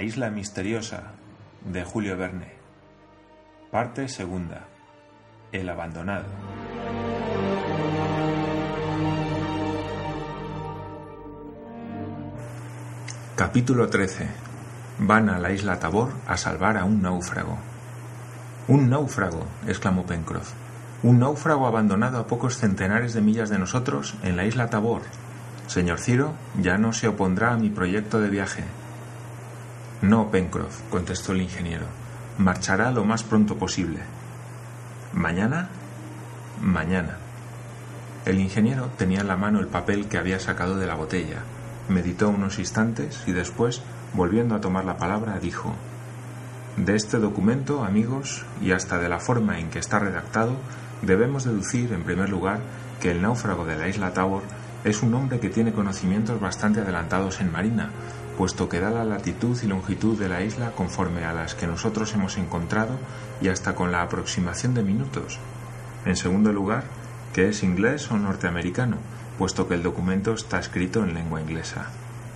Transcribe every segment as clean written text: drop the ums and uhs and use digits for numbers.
isla misteriosa de Julio Verne. Parte segunda. El abandonado. Capítulo 13. Van a la isla Tabor a salvar a un náufrago. «¡Un náufrago!», exclamó Pencroff. «Un náufrago abandonado a pocos centenares de millas de nosotros en la isla Tabor. Señor Ciro, ya no se opondrá a mi proyecto de viaje». «No, Pencroff», contestó el ingeniero. «Marchará lo más pronto posible». «¿Mañana?» «Mañana». El ingeniero tenía en la mano el papel que había sacado de la botella. Meditó unos instantes y después, volviendo a tomar la palabra, dijo: «De este documento, amigos, y hasta de la forma en que está redactado, debemos deducir, en primer lugar, que el náufrago de la isla Tabor es un hombre que tiene conocimientos bastante adelantados en marina, puesto que da la latitud y longitud de la isla conforme a las que nosotros hemos encontrado y hasta con la aproximación de minutos. En segundo lugar, que es inglés o norteamericano, puesto que el documento está escrito en lengua inglesa».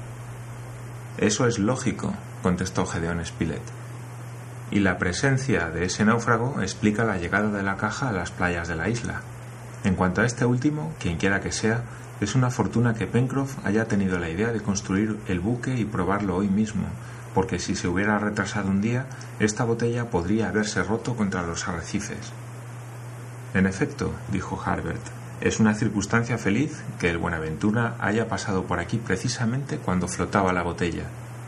«Eso es lógico», contestó Gedeón Spilett. «Y la presencia de ese náufrago explica la llegada de la caja a las playas de la isla. En cuanto a este último, quienquiera que sea, es una fortuna que Pencroff haya tenido la idea de construir el buque y probarlo hoy mismo, porque si se hubiera retrasado un día, esta botella podría haberse roto contra los arrecifes». «En efecto», dijo Harbert, «es una circunstancia feliz que el Buenaventura haya pasado por aquí precisamente cuando flotaba la botella».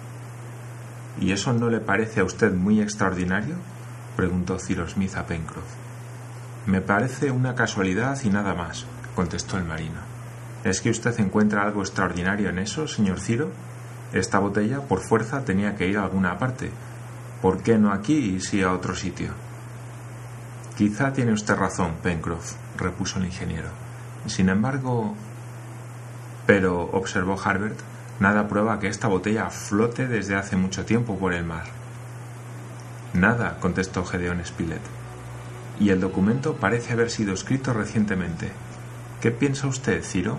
«¿Y eso no le parece a usted muy extraordinario?», preguntó Cyrus Smith a Pencroff. «Me parece una casualidad y nada más», contestó el marino. «¿Es que usted encuentra algo extraordinario en eso, señor Ciro? Esta botella, por fuerza, tenía que ir a alguna parte. ¿Por qué no aquí y sí a otro sitio?» «Quizá tiene usted razón, Pencroff», repuso el ingeniero. «Sin embargo...» «Pero», observó Harbert, «nada prueba que esta botella flote desde hace mucho tiempo por el mar». «Nada», contestó Gedeón Spilett. «Y el documento parece haber sido escrito recientemente. ¿Qué piensa usted, Ciro?»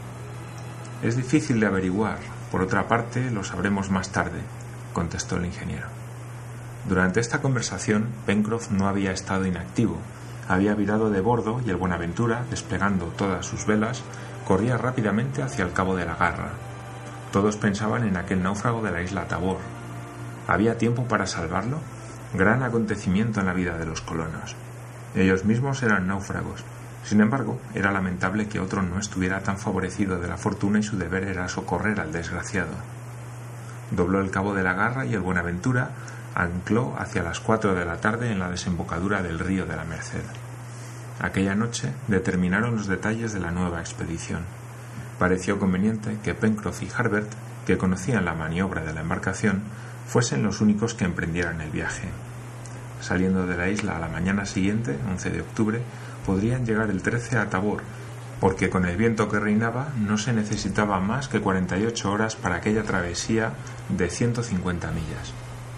«Es difícil de averiguar. Por otra parte, lo sabremos más tarde», contestó el ingeniero. Durante esta conversación, Pencroff no había estado inactivo. Había virado de bordo y el Buenaventura, desplegando todas sus velas, corría rápidamente hacia el cabo de la Garra. Todos pensaban en aquel náufrago de la isla Tabor. ¿Había tiempo para salvarlo? Gran acontecimiento en la vida de los colonos. Ellos mismos eran náufragos. Sin embargo, era lamentable que otro no estuviera tan favorecido de la fortuna y su deber era socorrer al desgraciado. Dobló el cabo de la Garra y el Buenaventura ancló hacia las 4 de la tarde en la desembocadura del río de la Merced. Aquella noche determinaron los detalles de la nueva expedición. Pareció conveniente que Pencroff y Harbert, que conocían la maniobra de la embarcación, fuesen los únicos que emprendieran el viaje. Saliendo de la isla a la mañana siguiente, 11 de octubre, podrían llegar el 13 a Tabor, porque con el viento que reinaba no se necesitaba más que 48 horas para aquella travesía de 150 millas.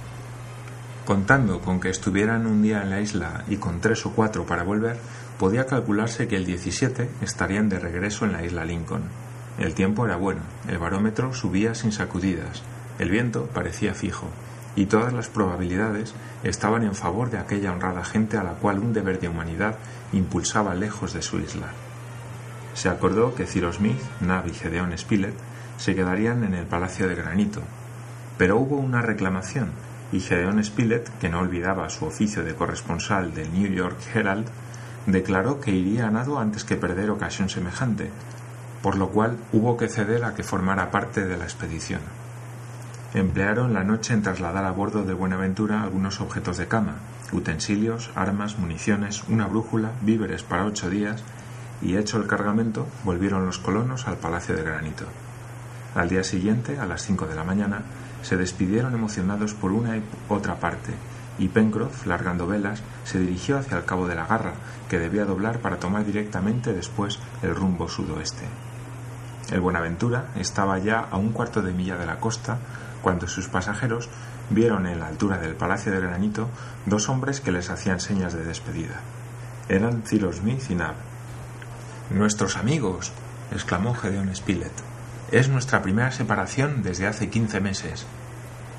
Contando con que estuvieran un día en la isla y con 3 o 4 para volver, podía calcularse que el 17 estarían de regreso en la isla Lincoln. El tiempo era bueno, el barómetro subía sin sacudidas, el viento parecía fijo, y todas las probabilidades estaban en favor de aquella honrada gente a la cual un deber de humanidad impulsaba lejos de su isla. Se acordó que Cyrus Smith, Nab y Gedeón Spilett se quedarían en el Palacio de Granito, pero hubo una reclamación, y Gedeón Spilett, que no olvidaba su oficio de corresponsal del New York Herald, declaró que iría a nado antes que perder ocasión semejante, por lo cual hubo que ceder a que formara parte de la expedición. Emplearon la noche en trasladar a bordo del Buenaventura algunos objetos de cama, utensilios, armas, municiones, una brújula, víveres para 8 días, y hecho el cargamento, volvieron los colonos al Palacio de Granito. Al día siguiente, a las 5 de la mañana, se despidieron emocionados por una y otra parte, y Pencroff, largando velas, se dirigió hacia el cabo de la Garra, que debía doblar para tomar directamente después el rumbo sudoeste. El Buenaventura estaba ya a 1/4 de milla de la costa cuando sus pasajeros vieron en la altura del Palacio de Granito 2 hombres que les hacían señas de despedida. Eran Cyrus Smith y Nab. «¡Nuestros amigos!», exclamó Gedeón Spilett. «Es nuestra primera separación desde hace 15 meses».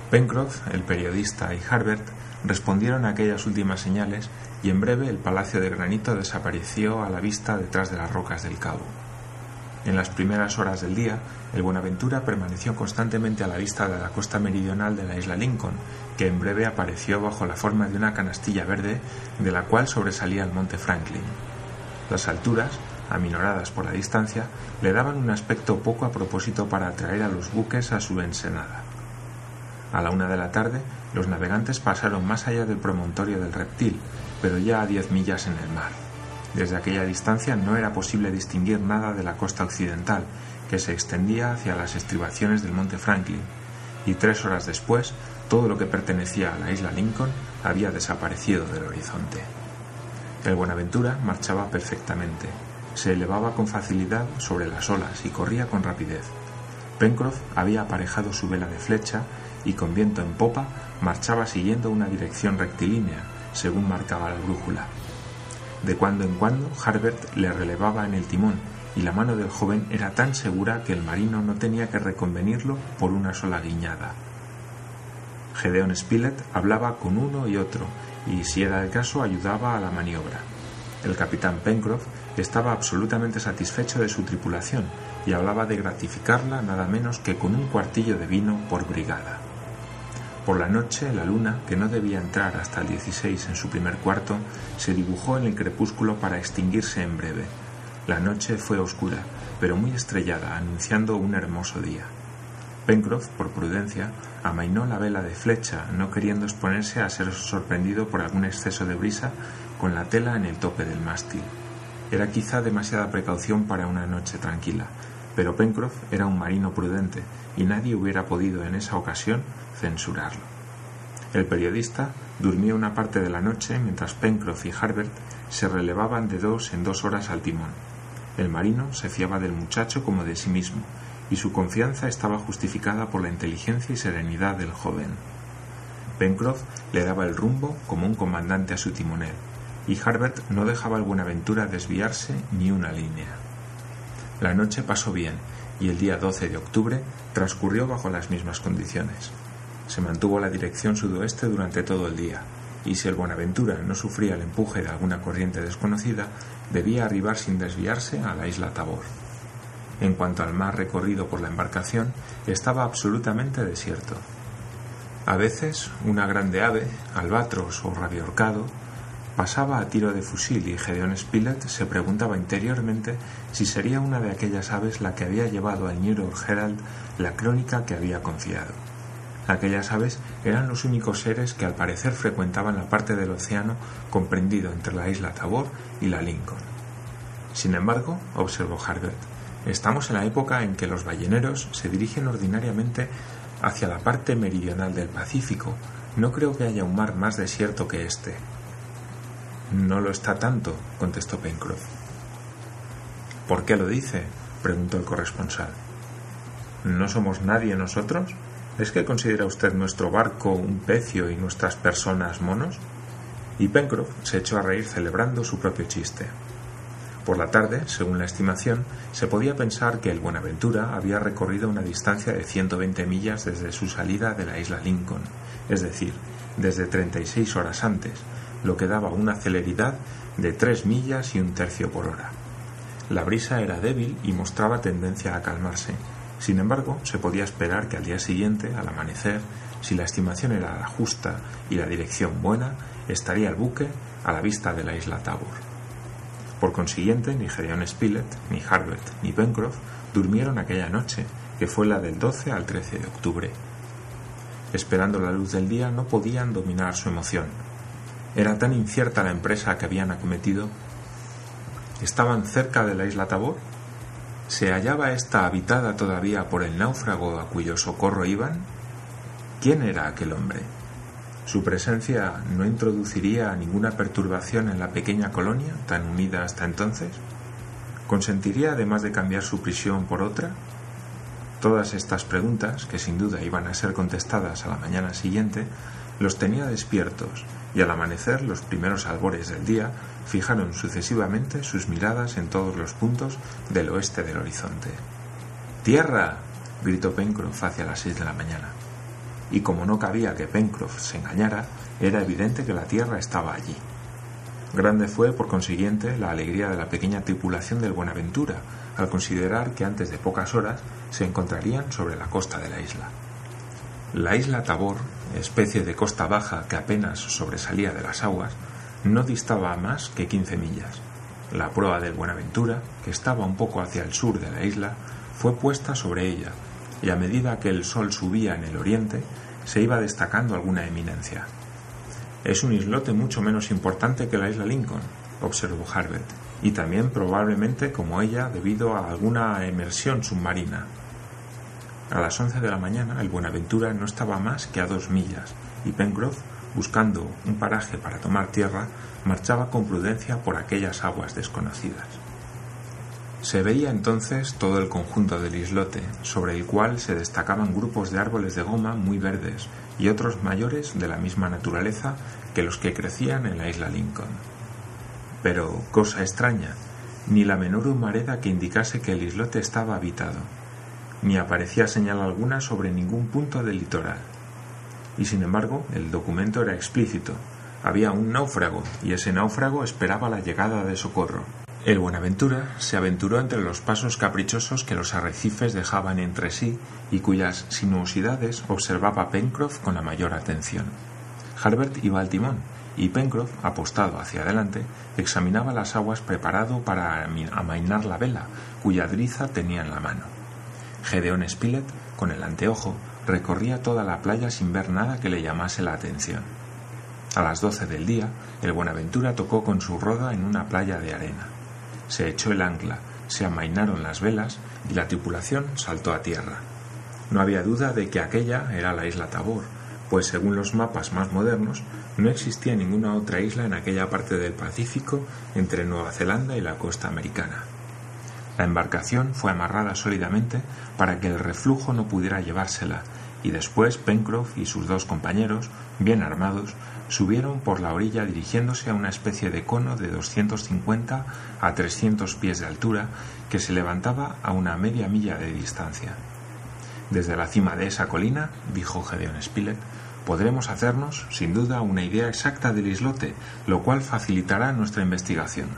Pencroff, el periodista y Harbert respondieron a aquellas últimas señales y en breve el palacio de granito desapareció a la vista detrás de las rocas del cabo. En las primeras horas del día, el Buenaventura permaneció constantemente a la vista de la costa meridional de la isla Lincoln, que en breve apareció bajo la forma de una canastilla verde de la cual sobresalía el monte Franklin. Las alturas, aminoradas por la distancia, le daban un aspecto poco a propósito para atraer a los buques a su ensenada. A la 1 de la tarde, los navegantes pasaron más allá del promontorio del Reptil, pero ya a 10 millas en el mar. Desde aquella distancia no era posible distinguir nada de la costa occidental, que se extendía hacia las estribaciones del monte Franklin, y 3 horas después, todo lo que pertenecía a la isla Lincoln había desaparecido del horizonte. El Buenaventura marchaba perfectamente, se elevaba con facilidad sobre las olas y corría con rapidez. Pencroff había aparejado su vela de flecha y con viento en popa marchaba siguiendo una dirección rectilínea, según marcaba la brújula. De cuando en cuando Harbert le relevaba en el timón y la mano del joven era tan segura que el marino no tenía que reconvenirlo por una sola guiñada. Gédéon Spilett hablaba con uno y otro y, si era el caso, ayudaba a la maniobra. El capitán Pencroff estaba absolutamente satisfecho de su tripulación y hablaba de gratificarla nada menos que con un cuartillo de vino por brigada. Por la noche, la luna, que no debía entrar hasta el 16 en su primer cuarto, se dibujó en el crepúsculo para extinguirse en breve. La noche fue oscura, pero muy estrellada, anunciando un hermoso día. Pencroff, por prudencia, amainó la vela de flecha, no queriendo exponerse a ser sorprendido por algún exceso de brisa con la tela en el tope del mástil. Era quizá demasiada precaución para una noche tranquila, pero Pencroff era un marino prudente y nadie hubiera podido en esa ocasión censurarlo. El periodista durmió una parte de la noche mientras Pencroff y Harbert se relevaban de 2 en 2 horas al timón. El marino se fiaba del muchacho como de sí mismo, y su confianza estaba justificada por la inteligencia y serenidad del joven. Pencroff le daba el rumbo como un comandante a su timonel, y Harbert no dejaba al Buenaventura desviarse ni una línea. La noche pasó bien, y el día 12 de octubre transcurrió bajo las mismas condiciones. Se mantuvo la dirección sudoeste durante todo el día, y si el Buenaventura no sufría el empuje de alguna corriente desconocida, debía arribar sin desviarse a la isla Tabor. En cuanto al mar recorrido por la embarcación, estaba absolutamente desierto. A veces una grande ave, albatros o rabiorcado, pasaba a tiro de fusil y Gédéon Spilett se preguntaba interiormente si sería una de aquellas aves la que había llevado al New York Herald la crónica que había confiado. Aquellas aves eran los únicos seres que al parecer frecuentaban la parte del océano comprendido entre la isla Tabor y la Lincoln. Sin embargo, observó Harbert, estamos en la época en que los balleneros se dirigen ordinariamente hacia la parte meridional del Pacífico. No creo que haya un mar más desierto que este. No lo está tanto, contestó Pencroff. ¿Por qué lo dice?, preguntó el corresponsal. ¿No somos nadie nosotros? ¿Es que considera usted nuestro barco un pecio y nuestras personas monos? Y Pencroff se echó a reír celebrando su propio chiste. Por la tarde, según la estimación, se podía pensar que el Buenaventura había recorrido una distancia de 120 millas desde su salida de la isla Lincoln, es decir, desde 36 horas antes, lo que daba una celeridad de 3 millas y 1/3 por hora. La brisa era débil y mostraba tendencia a calmarse. Sin embargo, se podía esperar que al día siguiente, al amanecer, si la estimación era la justa y la dirección buena, estaría el buque a la vista de la isla Tabor. Por consiguiente, ni Gédéon Spilett, ni Harbert, ni Pencroff durmieron aquella noche, que fue la del 12 al 13 de octubre. Esperando la luz del día, no podían dominar su emoción. Era tan incierta la empresa que habían acometido. ¿Estaban cerca de la isla Tabor? ¿Se hallaba ésta habitada todavía por el náufrago a cuyo socorro iban? ¿Quién era aquel hombre? ¿Su presencia no introduciría ninguna perturbación en la pequeña colonia, tan unida hasta entonces? ¿Consentiría además de cambiar su prisión por otra? Todas estas preguntas, que sin duda iban a ser contestadas a la mañana siguiente, los tenía despiertos, y al amanecer los primeros albores del día fijaron sucesivamente sus miradas en todos los puntos del oeste del horizonte. ¡Tierra!, gritó Pencroff hacia las 6 de la mañana. y como no cabía que Pencroff se engañara, era evidente que la tierra estaba allí. Grande fue, por consiguiente, la alegría de la pequeña tripulación del Buenaventura al considerar que antes de pocas horas se encontrarían sobre la costa de la isla. La isla Tabor, especie de costa baja que apenas sobresalía de las aguas, no distaba más que 15 millas. La proa del Buenaventura, que estaba un poco hacia el sur de la isla, fue puesta sobre ella, y a medida que el sol subía en el oriente, se iba destacando alguna eminencia. «Es un islote mucho menos importante que la isla Lincoln», observó Harbert, «y también probablemente como ella debido a alguna emersión submarina». A las 11 de la mañana el Buenaventura no estaba más que a 2 millas, y Pencroff, buscando un paraje para tomar tierra, marchaba con prudencia por aquellas aguas desconocidas. Se veía entonces todo el conjunto del islote, sobre el cual se destacaban grupos de árboles de goma muy verdes y otros mayores de la misma naturaleza que los que crecían en la isla Lincoln. Pero, cosa extraña, ni la menor humareda que indicase que el islote estaba habitado, ni aparecía señal alguna sobre ningún punto del litoral. Y sin embargo, el documento era explícito. Había un náufrago, y ese náufrago esperaba la llegada de socorro. El Buenaventura se aventuró entre los pasos caprichosos que los arrecifes dejaban entre sí y cuyas sinuosidades observaba Pencroff con la mayor atención. Harbert iba al timón, y Pencroff, apostado hacia adelante, examinaba las aguas preparado para amainar la vela, cuya driza tenía en la mano. Gedeón Spilett, con el anteojo, recorría toda la playa sin ver nada que le llamase la atención. A las 12 del día, el Buenaventura tocó con su roda en una playa de arena. Se echó el ancla, se amainaron las velas y la tripulación saltó a tierra. No había duda de que aquella era la isla Tabor, pues según los mapas más modernos, no existía ninguna otra isla en aquella parte del Pacífico entre Nueva Zelanda y la costa americana. La embarcación fue amarrada sólidamente para que el reflujo no pudiera llevársela, y después Pencroff y sus 2 compañeros, bien armados, subieron por la orilla dirigiéndose a una especie de cono de 250 a 300 pies de altura que se levantaba a una media milla de distancia. Desde la cima de esa colina, dijo Gedeón Spilett, podremos hacernos, sin duda, una idea exacta del islote, lo cual facilitará nuestra investigación.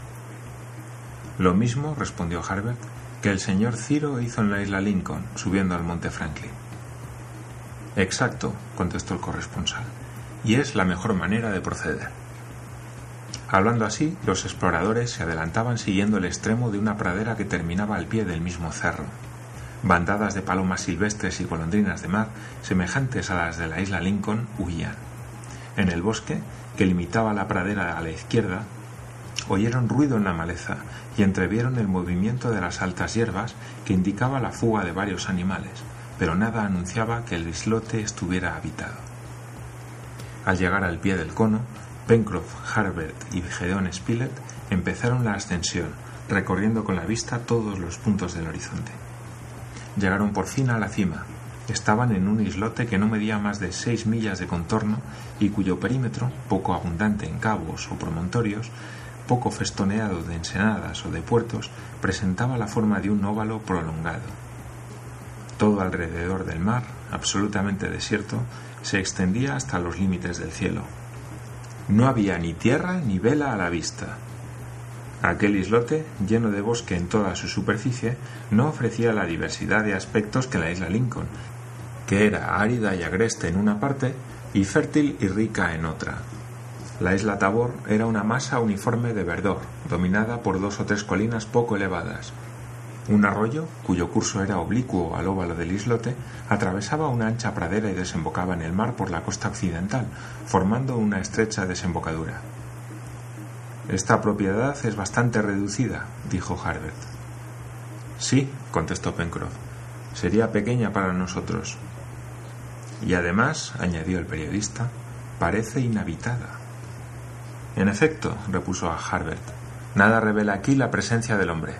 Lo mismo, respondió Harbert, que el señor Ciro hizo en la isla Lincoln, subiendo al monte Franklin. Exacto, contestó el corresponsal, y es la mejor manera de proceder. Hablando así, los exploradores se adelantaban siguiendo el extremo de una pradera que terminaba al pie del mismo cerro. Bandadas de palomas silvestres y golondrinas de mar, semejantes a las de la isla Lincoln, huían. En el bosque, que limitaba la pradera a la izquierda, oyeron ruido en la maleza y entrevieron el movimiento de las altas hierbas que indicaba la fuga de varios animales, pero nada anunciaba que el islote estuviera habitado. Al llegar al pie del cono, Pencroff, Harbert y Gedeón Spilett empezaron la ascensión, recorriendo con la vista todos los puntos del horizonte. Llegaron por fin a la cima. Estaban en un islote que no medía más de 6 millas de contorno y cuyo perímetro, poco abundante en cabos o promontorios, poco festoneado de ensenadas o de puertos, presentaba la forma de un óvalo prolongado. Todo alrededor del mar, absolutamente desierto, se extendía hasta los límites del cielo. No había ni tierra ni vela a la vista. Aquel islote, lleno de bosque en toda su superficie, no ofrecía la diversidad de aspectos que la isla Lincoln, que era árida y agreste en una parte y fértil y rica en otra. La isla Tabor era una masa uniforme de verdor, dominada por 2 o 3 colinas poco elevadas. Un arroyo, cuyo curso era oblicuo al óvalo del islote, atravesaba una ancha pradera y desembocaba en el mar por la costa occidental, formando una estrecha desembocadura. «Esta propiedad es bastante reducida», dijo Harbert. «Sí», contestó Pencroff, «sería pequeña para nosotros». «Y además», añadió el periodista, «parece inhabitada». «En efecto», repuso Harbert, «nada revela aquí la presencia del hombre».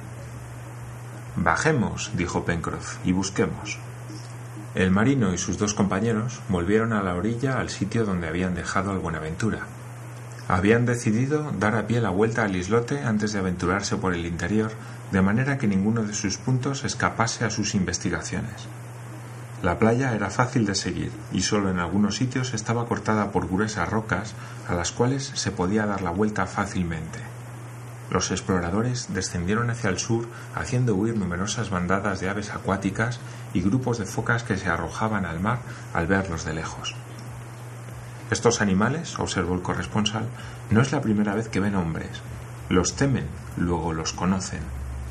«Bajemos», dijo Pencroff, «y busquemos». El marino y sus 2 compañeros volvieron a la orilla al sitio donde habían dejado al Buenaventura. Habían decidido dar a pie la vuelta al islote antes de aventurarse por el interior, de manera que ninguno de sus puntos escapase a sus investigaciones. La playa era fácil de seguir y solo en algunos sitios estaba cortada por gruesas rocas a las cuales se podía dar la vuelta fácilmente. Los exploradores descendieron hacia el sur haciendo huir numerosas bandadas de aves acuáticas y grupos de focas que se arrojaban al mar al verlos de lejos. Estos animales, observó el corresponsal, no es la primera vez que ven hombres. Los temen, luego los conocen.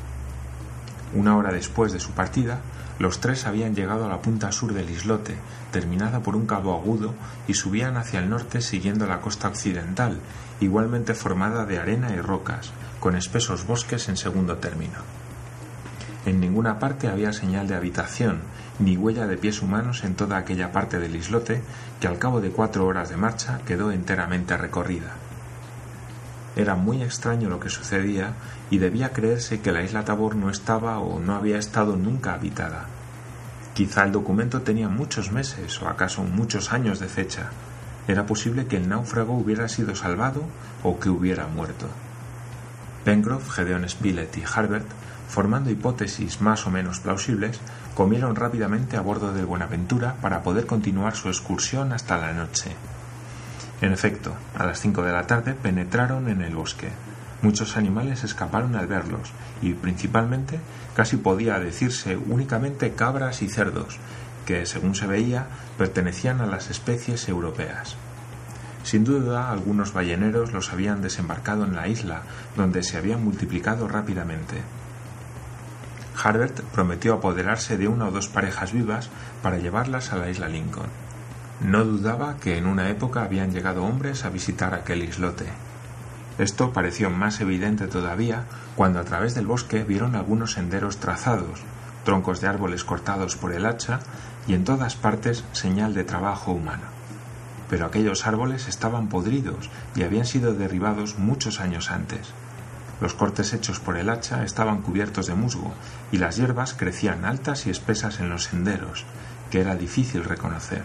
Una hora después de su partida, los tres habían llegado a la punta sur del islote, terminada por un cabo agudo, y subían hacia el norte siguiendo la costa occidental, igualmente formada de arena y rocas, con espesos bosques en segundo término. En ninguna parte había señal de habitación, ni huella de pies humanos en toda aquella parte del islote que al cabo de 4 horas de marcha quedó enteramente recorrida. Era muy extraño lo que sucedía y debía creerse que la isla Tabor no estaba o no había estado nunca habitada. Quizá el documento tenía muchos meses o acaso muchos años de fecha. Era posible que el náufrago hubiera sido salvado o que hubiera muerto. Pencroff, Gedeón Spilett y Harbert, formando hipótesis más o menos plausibles, comieron rápidamente a bordo del Buenaventura para poder continuar su excursión hasta la noche. En efecto, a las 5 de la tarde penetraron en el bosque. Muchos animales escaparon al verlos, y principalmente, casi podía decirse únicamente cabras y cerdos, que, según se veía, pertenecían a las especies europeas. Sin duda, algunos balleneros los habían desembarcado en la isla, donde se habían multiplicado rápidamente. Harbert prometió apoderarse de 1 o 2 parejas vivas para llevarlas a la isla Lincoln. No dudaba que en una época habían llegado hombres a visitar aquel islote. Esto pareció más evidente todavía cuando a través del bosque vieron algunos senderos trazados, troncos de árboles cortados por el hacha y en todas partes señal de trabajo humano. Pero aquellos árboles estaban podridos y habían sido derribados muchos años antes. Los cortes hechos por el hacha estaban cubiertos de musgo y las hierbas crecían altas y espesas en los senderos, que era difícil reconocer.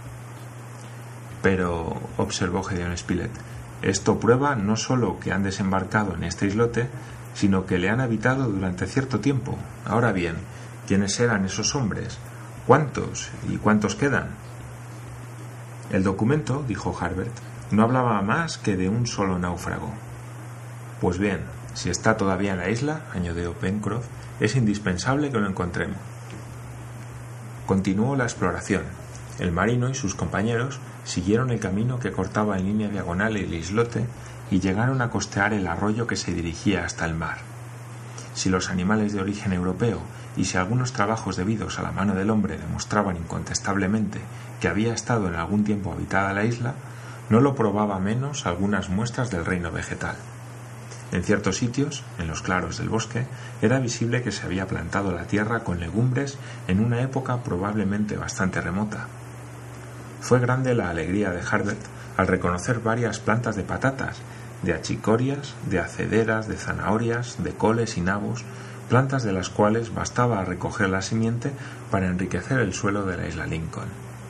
Pero, observó Gedeón Spilett, esto prueba no solo que han desembarcado en este islote, sino que le han habitado durante cierto tiempo. Ahora bien, ¿quiénes eran esos hombres? ¿Cuántos y cuántos quedan? El documento, dijo Harbert, no hablaba más que de un solo náufrago. Pues bien, si está todavía en la isla, añadió Pencroff, es indispensable que lo encontremos. Continuó la exploración. El marino y sus compañeros siguieron el camino que cortaba en línea diagonal el islote y llegaron a costear el arroyo que se dirigía hasta el mar. Si los animales de origen europeo y si algunos trabajos debidos a la mano del hombre demostraban incontestablemente que había estado en algún tiempo habitada la isla, no lo probaba menos algunas muestras del reino vegetal. En ciertos sitios, en los claros del bosque, era visible que se había plantado la tierra con legumbres en una época probablemente bastante remota. Fue grande la alegría de Harbert al reconocer varias plantas de patatas, de achicorias, de acederas, de zanahorias, de coles y nabos, plantas de las cuales bastaba recoger la simiente para enriquecer el suelo de la isla Lincoln.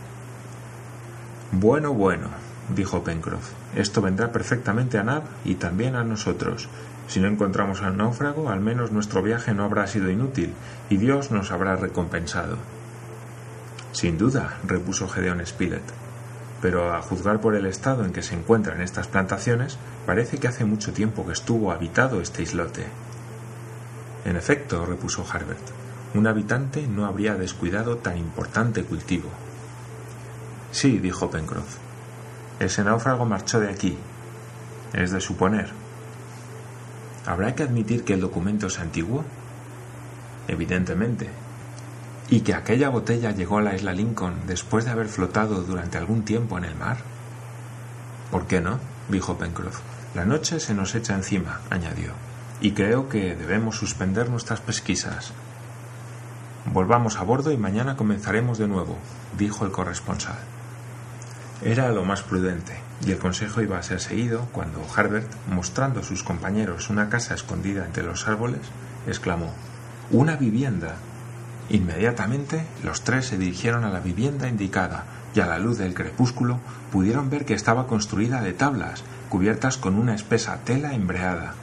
Bueno, dijo Pencroff, esto vendrá perfectamente a Nab y también a nosotros. Si no encontramos al náufrago, al menos nuestro viaje no habrá sido inútil y Dios nos habrá recompensado. Sin duda, repuso Gedeón Spilett, pero a juzgar por el estado en que se encuentran estas plantaciones, parece que hace mucho tiempo que estuvo habitado este islote. En efecto, repuso Harbert, un habitante no habría descuidado tan importante cultivo. Sí, dijo Pencroff, ese náufrago marchó de aquí. Es de suponer. ¿Habrá que admitir que el documento es antiguo? Evidentemente. ¿Y que aquella botella llegó a la isla Lincoln después de haber flotado durante algún tiempo en el mar? ¿Por qué no?, dijo Pencroff. La noche se nos echa encima, añadió, y creo que debemos suspender nuestras pesquisas. Volvamos a bordo y mañana comenzaremos de nuevo, dijo el corresponsal. Era lo más prudente, y el consejo iba a ser seguido cuando Harbert, mostrando a sus compañeros una casa escondida entre los árboles, exclamó: «¡Una vivienda!». Inmediatamente los tres se dirigieron a la vivienda indicada y a la luz del crepúsculo pudieron ver que estaba construida de tablas cubiertas con una espesa tela embreada.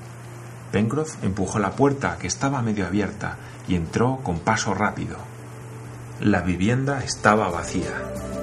Pencroff empujó la puerta, que estaba medio abierta, y entró con paso rápido. La vivienda estaba vacía.